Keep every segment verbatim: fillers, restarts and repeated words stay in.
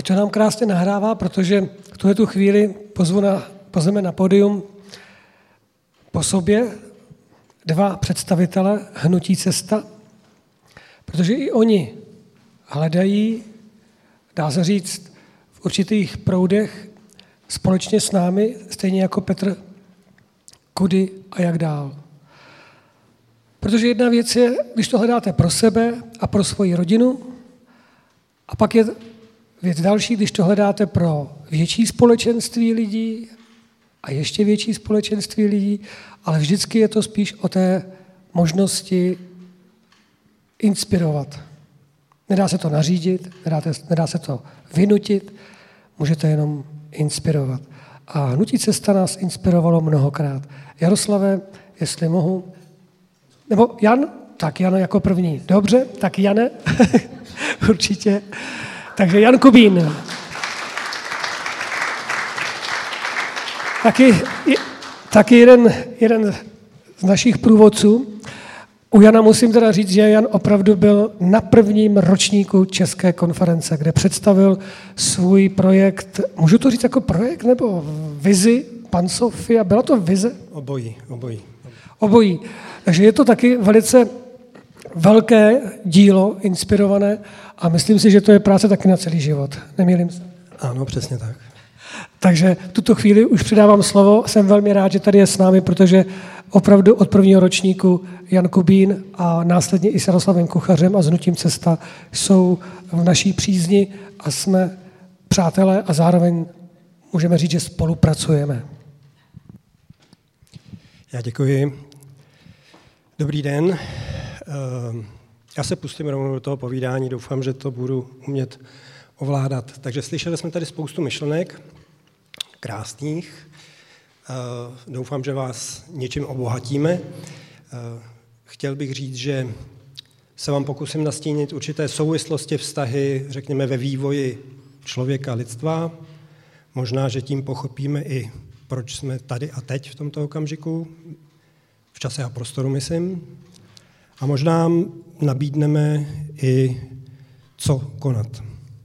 to nám krásně nahrává, protože v tuhle tu chvíli pozvu na, pozveme na pódium po sobě dva představitele Hnutí Cesta, protože i oni hledají, dá se říct, v určitých proudech společně s námi, stejně jako Petr, kudy a jak dál. Protože jedna věc je, když to hledáte pro sebe a pro svoji rodinu, a pak je věc další, když to hledáte pro větší společenství lidí a ještě větší společenství lidí, ale vždycky je to spíš o té možnosti inspirovat. Nedá se to nařídit, nedáte, nedá se to vynutit, můžete jenom inspirovat. A Hnutí Cesta nás inspirovalo mnohokrát. Jaroslave, jestli mohu, nebo Jan? Tak Jan jako první. Dobře, tak Jane, určitě. Takže Jan Kubín. Taky, taky jeden, jeden z našich průvodců. U Jana musím teda říct, že Jan opravdu byl na prvním ročníku České konference, kde představil svůj projekt, můžu to říct jako projekt, nebo vizi, Pan Sofia, byla to vize? Obojí, obojí. Obojí. Takže je to taky velice velké dílo, inspirované a myslím si, že to je práce taky na celý život. Nemýlím se? Ano, přesně tak. Takže v tuto chvíli už předávám slovo. Jsem velmi rád, že tady je s námi, protože opravdu od prvního ročníku Jan Kubín a následně i s Jaroslavem Kuchařem a s Hnutím Cesta jsou v naší přízni a jsme přátelé a zároveň můžeme říct, že spolupracujeme. Já děkuji. Dobrý den. Já se pustím rovnou do toho povídání, doufám, že to budu umět ovládat. Takže slyšeli jsme tady spoustu myšlenek, krásných. Doufám, že vás něčím obohatíme. Chtěl bych říct, že se vám pokusím nastínit určité souvislosti, vztahy, řekněme, ve vývoji člověka, lidstva. Možná, že tím pochopíme i, proč jsme tady a teď v tomto okamžiku, v čase a prostoru, myslím. A možná nabídneme i, co konat.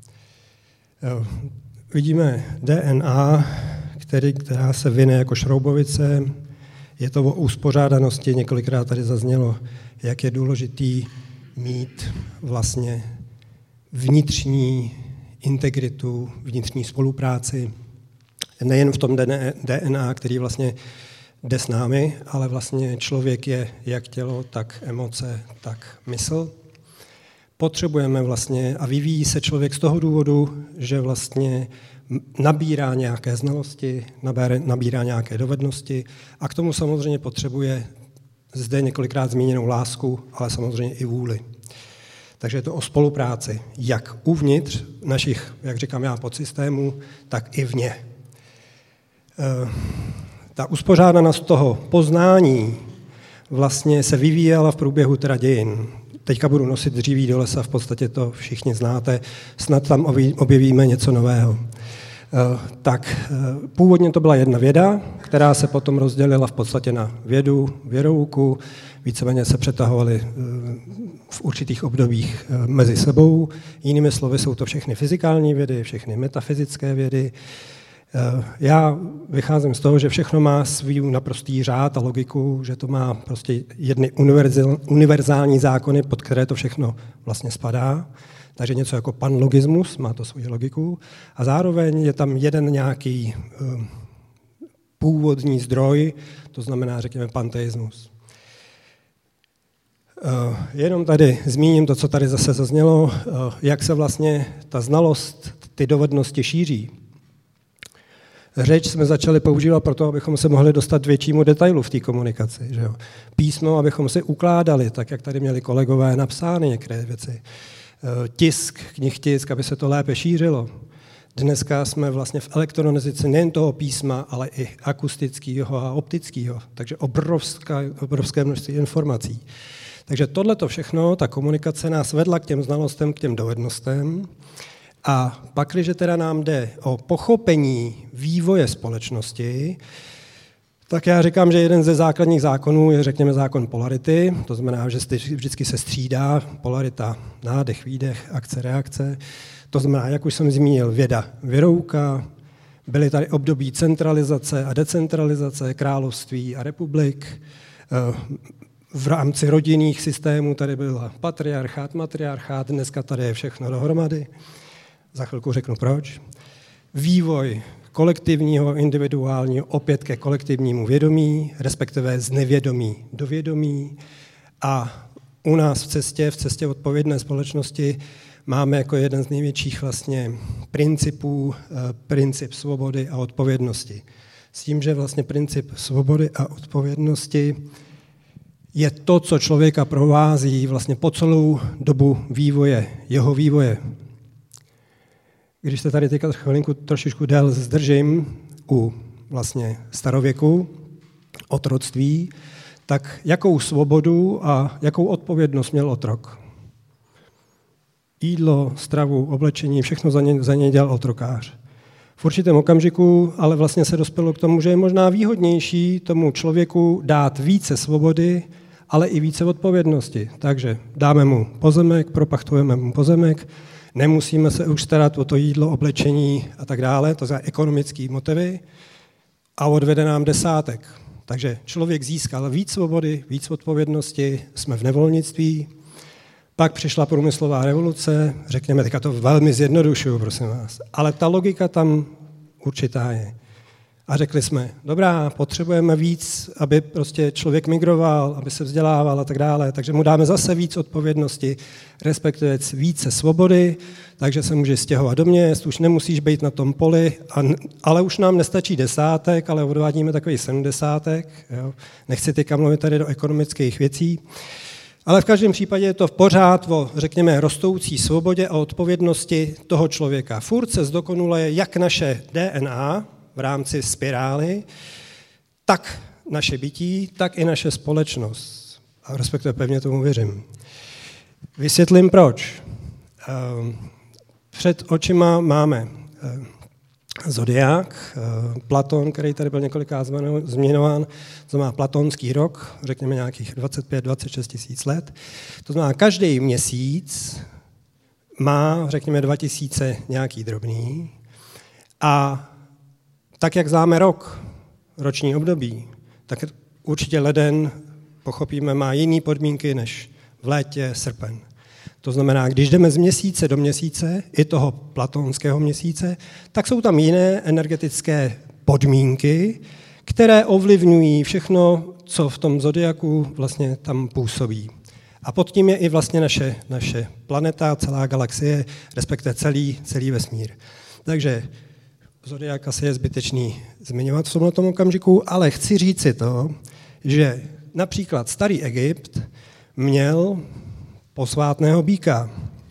Vidíme D N A, který, která se vyne jako šroubovice. Je to o uspořádanosti, několikrát tady zaznělo, jak je důležitý mít vlastně vnitřní integritu, vnitřní spolupráci, nejen v tom D N A, který vlastně jde s námi, ale vlastně člověk je jak tělo, tak emoce, tak mysl. Potřebujeme vlastně, a vyvíjí se člověk z toho důvodu, že vlastně nabírá nějaké znalosti, nabírá nějaké dovednosti a k tomu samozřejmě potřebuje zde několikrát zmíněnou lásku, ale samozřejmě i vůli. Takže je to o spolupráci, jak uvnitř našich, jak říkám já, podsystémů, tak i vně. Ta uspořádanost toho poznání vlastně se vyvíjela v průběhu teda dějin. Teďka budu nosit dříví do lesa, v podstatě to všichni znáte, snad tam objevíme něco nového. Tak původně to byla jedna věda, která se potom rozdělila v podstatě na vědu, věrouku, víceméně se přetahovaly v určitých obdobích mezi sebou. Jinými slovy jsou to všechny fyzikální vědy, všechny metafyzické vědy. Já vycházím z toho, že všechno má svůj naprostý řád a logiku, že to má prostě jedny univerzální zákony, pod které to všechno vlastně spadá. Takže něco jako panlogismus, má to svoji logiku. A zároveň je tam jeden nějaký um, původní zdroj, to znamená, řekněme, panteismus. Uh, jenom tady zmíním to, co tady zase zaznělo, uh, jak se vlastně ta znalost, ty dovednosti šíří. Řeč jsme začali používat proto, abychom se mohli dostat většímu detailu v té komunikaci. Že jo? Písmo, abychom si ukládali, tak jak tady měli kolegové napsány některé věci. Tisk, knihtisk, aby se to lépe šířilo. Dneska jsme vlastně v elektronizaci nejen toho písma, ale i akustického a optického. Takže obrovská, obrovské množství informací. Takže tohleto všechno, ta komunikace nás vedla k těm znalostem, k těm dovednostem. A pak, když teda nám jde o pochopení vývoje společnosti, tak já říkám, že jeden ze základních zákonů je, řekněme, zákon polarity. To znamená, že vždycky se střídá polarita, nádech, výdech, akce, reakce. To znamená, jak už jsem zmínil, věda, věrouka, byly tady období centralizace a decentralizace, království a republik. V rámci rodinných systémů tady byl patriarchát, matriarchát, dneska tady je všechno dohromady. Za chvilku řeknu proč. Vývoj kolektivního, individuálního, opět ke kolektivnímu vědomí, respektive z nevědomí do vědomí. A u nás v cestě, v cestě odpovědné společnosti máme jako jeden z největších vlastně principů princip svobody a odpovědnosti. S tím, že vlastně princip svobody a odpovědnosti je to, co člověka provází vlastně po celou dobu vývoje, jeho vývoje. Když se tady teďka chvilinku trošičku déle zdržím u vlastně starověku, otroctví, tak jakou svobodu a jakou odpovědnost měl otrok? Jídlo, stravu, oblečení, všechno za ně, za ně dělal otrokář. V určitém okamžiku ale vlastně se dospělo k tomu, že je možná výhodnější tomu člověku dát více svobody, ale i více odpovědnosti. Takže dáme mu pozemek, propachtujeme mu pozemek, nemusíme se už starat o to jídlo, oblečení a tak dále, to znamená ekonomické motivy, a odvede nám desátek. Takže člověk získal víc svobody, víc odpovědnosti, jsme v nevolnictví. Pak přišla průmyslová revoluce, řekněme, teďka to velmi zjednodušuju, prosím vás, ale ta logika tam určitá je. A řekli jsme, dobrá, potřebujeme víc, aby prostě člověk migroval, aby se vzdělával a tak dále, takže mu dáme zase víc odpovědnosti, respektive více svobody, takže se může stěhovat do měst, už nemusíš být na tom poli, a, ale už nám nestačí desátek, ale odvádíme takový sedmdesátek, jo. Nechci teďka mluvit tady do ekonomických věcí, ale v každém případě je to pořád o, řekněme, rostoucí svobodě a odpovědnosti toho člověka. Furt se zdokonaluje jak naše D N A v rámci spirály, tak naše bytí, tak i naše společnost. A respektive pevně tomu věřím. Vysvětlím proč. Před očima máme zodiák, Platon, který tady byl několikrát změnován, to má platonský rok, řekněme nějakých dvacet pět dvacet šest tisíc let. To znamená, každý měsíc má, řekněme, dva tisíce nějaký drobný. A tak, jak známe rok, roční období, tak určitě leden, pochopíme, má jiné podmínky než v létě, srpen. To znamená, když jdeme z měsíce do měsíce, i toho platonského měsíce, tak jsou tam jiné energetické podmínky, které ovlivňují všechno, co v tom zodiaku vlastně tam působí. A pod tím je i vlastně naše, naše planeta, celá galaxie, respektive celý, celý vesmír. Takže zodiak asi je zbytečný zmiňovat v tomto okamžiku, ale chci říct si to, že například starý Egypt měl posvátného býka.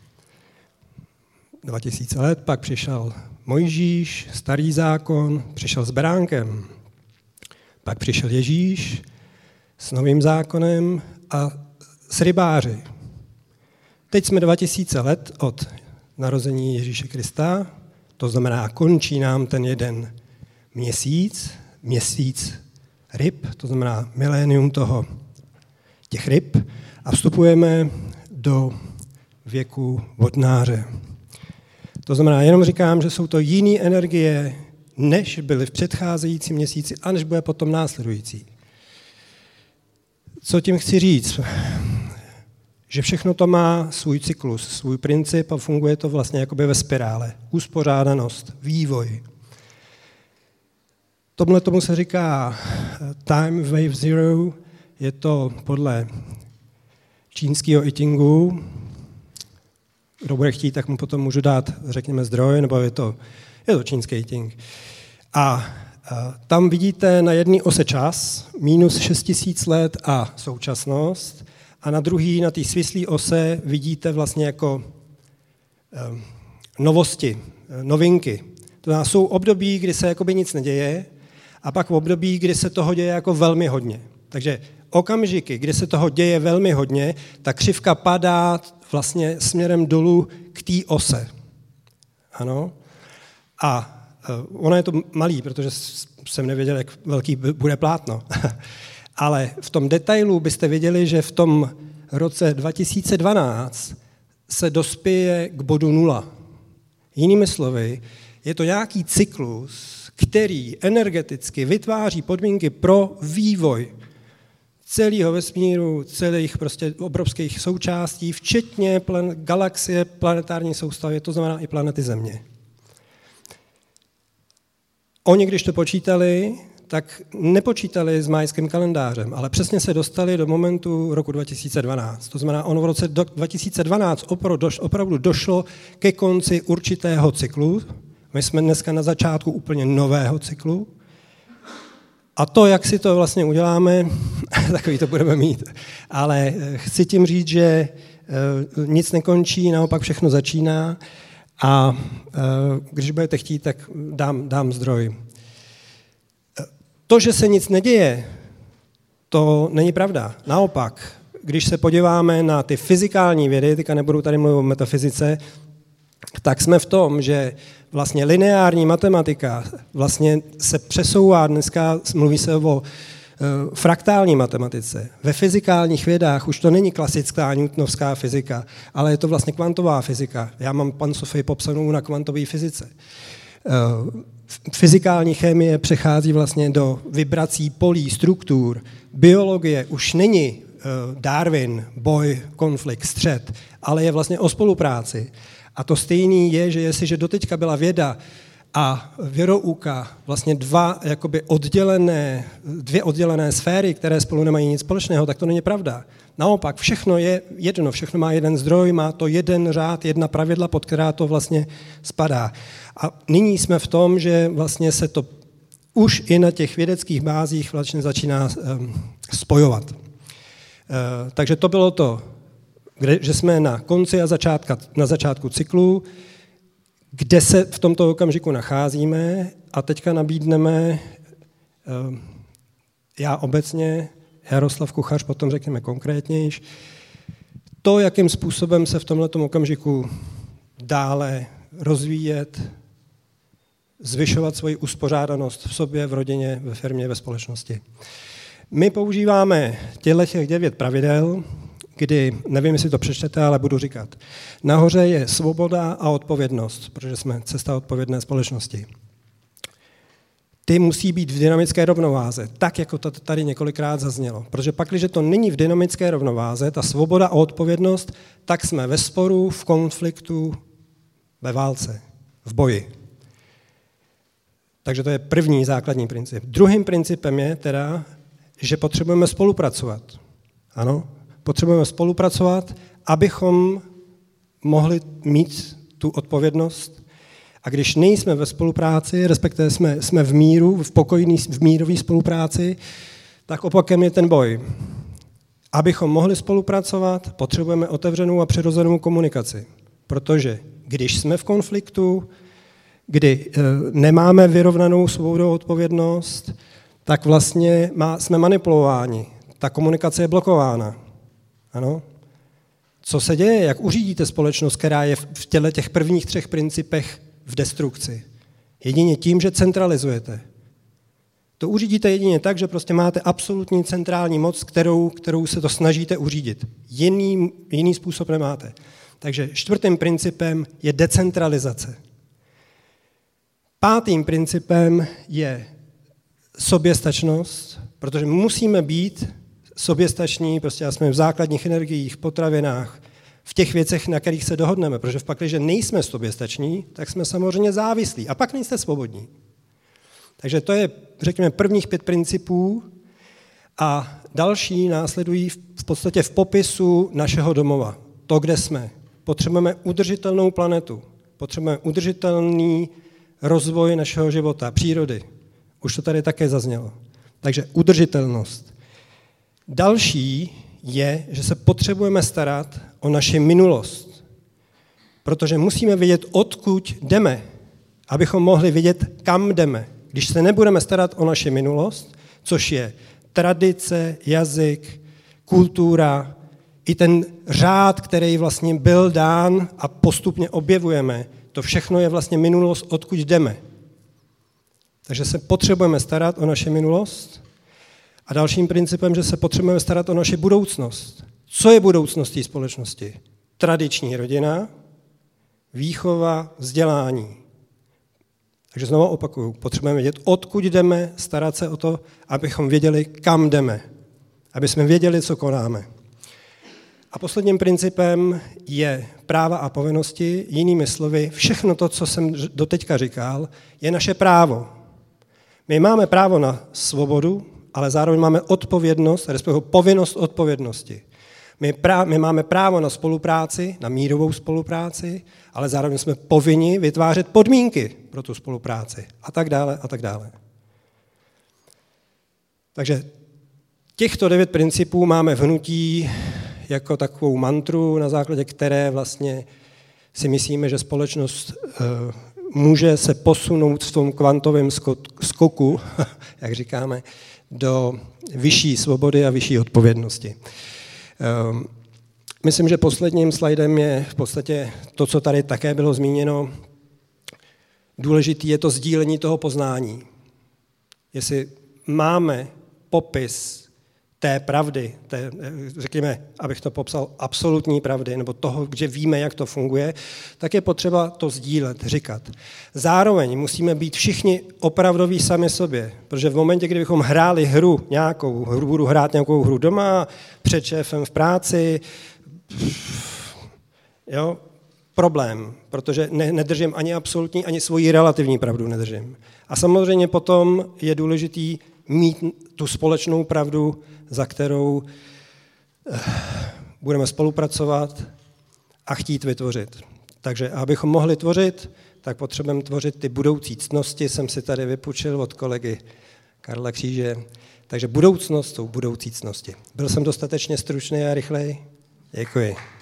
dva tisíce let, pak přišel Mojžíš, starý zákon, přišel s beránkem. Pak přišel Ježíš s novým zákonem a s rybáři. Teď jsme dva tisíce let od narození Ježíše Krista, to znamená, končí nám ten jeden měsíc, měsíc ryb, to znamená milénium toho těch ryb, a vstupujeme do věku vodnáře. To znamená, jenom říkám, že jsou to jiné energie, než byly v předcházejícím měsíci a než bude potom následující. Co tím chci říct? Že všechno to má svůj cyklus, svůj princip a funguje to vlastně jakoby ve spirále. Uspořádanost, vývoj. Tomhle tomu se říká time wave zero, je to podle čínského I Chingu. Kdo bude chtít, tak mu potom můžu dát, řekněme, zdroj, nebo je to, je to čínský I Ching. A, a tam vidíte na jedné ose čas, minus šest tisíc let a současnost, a na druhý, na té svislé ose, vidíte vlastně jako eh, novosti, novinky. To znamená, jsou období, kdy se jakoby nic neděje, a pak v období, kdy se toho děje jako velmi hodně. Takže okamžiky, kdy se toho děje velmi hodně, ta křivka padá vlastně směrem dolů k té ose. Ano. A ono je to malý, protože jsem nevěděl, jak velký bude plátno. Ale v tom detailu byste viděli, že v tom roce dva tisíce dvanáct se dospěje k bodu nula. Jinými slovy, je to nějaký cyklus, který energeticky vytváří podmínky pro vývoj celého vesmíru, celých prostě obrovských součástí, včetně plan- galaxie, planetární soustavy, to znamená i planety Země. Oni, když to počítali, tak nepočítali s majským kalendářem, ale přesně se dostali do momentu roku dva tisíce dvanáct. To znamená, ono v roce dva tisíce dvanáct opravdu došlo ke konci určitého cyklu. My jsme dneska na začátku úplně nového cyklu. A to, jak si to vlastně uděláme, takový to budeme mít. Ale chci tím říct, že nic nekončí, naopak všechno začíná. A když budete chtít, tak dám, dám zdroj. To, že se nic neděje, to není pravda. Naopak, když se podíváme na ty fyzikální vědy, teďka nebudu tady mluvit o metafyzice, tak jsme v tom, že vlastně lineární matematika vlastně se přesouvá, dneska mluví se o fraktální matematice. Ve fyzikálních vědách už to není klasická newtonovská fyzika, ale je to vlastně kvantová fyzika. Já mám pansofii popsanou na kvantové fyzice. Fyzikální chemie přechází vlastně do vibrací polí, struktur. Biologie už není Darwin, boj, konflikt, střet, ale je vlastně o spolupráci. A to stejný je, že jestliže doteďka byla věda a věrouka, vlastně dva jakoby oddělené, dvě oddělené sféry, které spolu nemají nic společného, tak to není pravda. Naopak, všechno je jedno, všechno má jeden zdroj, má to jeden řád, jedna pravidla, pod která to vlastně spadá. A nyní jsme v tom, že vlastně se to už i na těch vědeckých bázích vlastně začíná um, spojovat. Uh, takže to bylo to, kde, že jsme na konci a začátka, na začátku cyklu, kde se v tomto okamžiku nacházíme a teďka nabídneme, uh, já obecně, Jaroslav Kuchař, potom řekněme konkrétnější, to, jakým způsobem se v tomhletom okamžiku dále rozvíjet, zvyšovat svoji uspořádanost v sobě, v rodině, ve firmě, ve společnosti. My používáme těchto devět pravidel, kdy, nevím, jestli to přečtete, ale budu říkat. Nahoře je svoboda a odpovědnost, protože jsme cesta odpovědné společnosti. Ty musí být v dynamické rovnováze, tak, jako to tady několikrát zaznělo. Protože pak, když to není v dynamické rovnováze, ta svoboda a odpovědnost, tak jsme ve sporu, v konfliktu, ve válce, v boji. Takže to je první základní princip. Druhým principem je teda, že potřebujeme spolupracovat. Ano, potřebujeme spolupracovat, abychom mohli mít tu odpovědnost. A když nejsme ve spolupráci, respektive jsme, jsme v míru, v pokojný, v mírové spolupráci, tak opakem je ten boj. Abychom mohli spolupracovat, potřebujeme otevřenou a přirozenou komunikaci. Protože když jsme v konfliktu, kdy e, nemáme vyrovnanou svou odpovědnost, tak vlastně má, jsme manipulováni. Ta komunikace je blokována. Ano? Co se děje? Jak uřídíte společnost, která je v těle těch prvních třech principech v destrukci? Jedině tím, že centralizujete. To uřídíte jedině tak, že prostě máte absolutní centrální moc, kterou, kterou se to snažíte uřídit. Jiný, jiný způsob nemáte. Takže čtvrtým principem je decentralizace. Pátým principem je soběstačnost, protože musíme být soběstační, prostě jsme v základních energiích, potravinách, v těch věcech, na kterých se dohodneme, protože v pakliže nejsme soběstační, tak jsme samozřejmě závislí a pak nejste svobodní. Takže to je, řekněme, prvních pět principů a další následují v podstatě v popisu našeho domova. To, kde jsme. Potřebujeme udržitelnou planetu, potřebujeme udržitelný rozvoj našeho života, přírody. Už to tady také zaznělo. Takže udržitelnost. Další je, že se potřebujeme starat o naši minulost. Protože musíme vědět, odkud jdeme, abychom mohli vědět, kam jdeme. Když se nebudeme starat o naši minulost, což je tradice, jazyk, kultura, i ten řád, který vlastně byl dán a postupně objevujeme, to všechno je vlastně minulost, odkud jdeme. Takže se potřebujeme starat o naši minulost a dalším principem, že se potřebujeme starat o naši budoucnost. Co je budoucností společnosti? Tradiční rodina, výchova, vzdělání. Takže znovu opakuju, potřebujeme vědět, odkud jdeme, starat se o to, abychom věděli, kam jdeme. Aby jsme věděli, co konáme. A posledním principem je práva a povinnosti, jinými slovy, všechno to, co jsem doteďka říkal, je naše právo. My máme právo na svobodu, ale zároveň máme odpovědnost, respektive povinnost odpovědnosti. My, prá, my máme právo na spolupráci, na mírovou spolupráci, ale zároveň jsme povinni vytvářet podmínky pro tu spolupráci a tak dále a tak dále. Takže těchto devět principů máme v hnutí jako takovou mantru, na základě které vlastně si myslíme, že společnost může se posunout v tom kvantovém skoku, jak říkáme, do vyšší svobody a vyšší odpovědnosti. Myslím, že posledním slajdem je v podstatě to, co tady také bylo zmíněno. Důležitý je to sdílení toho poznání. Jestli máme popis té pravdy, té, řekněme, abych to popsal, absolutní pravdy, nebo toho, že víme, jak to funguje, tak je potřeba to sdílet, říkat. Zároveň musíme být všichni opravdoví sami sobě, protože v momentě, kdybychom hráli hru nějakou, hru, budu hrát nějakou hru doma, před šéfem v práci, jo, problém, protože ne, nedržím ani absolutní, ani svoji relativní pravdu nedržím. A samozřejmě potom je důležitý mít tu společnou pravdu, za kterou budeme spolupracovat a chtít vytvořit. Takže abychom mohli tvořit, tak potřebujeme tvořit ty budoucí ctnosti, jsem si tady vypůjčil od kolegy Karla Kříže. Takže budoucnost jsou budoucí ctnosti. Byl jsem dostatečně stručný a rychlej? Děkuji.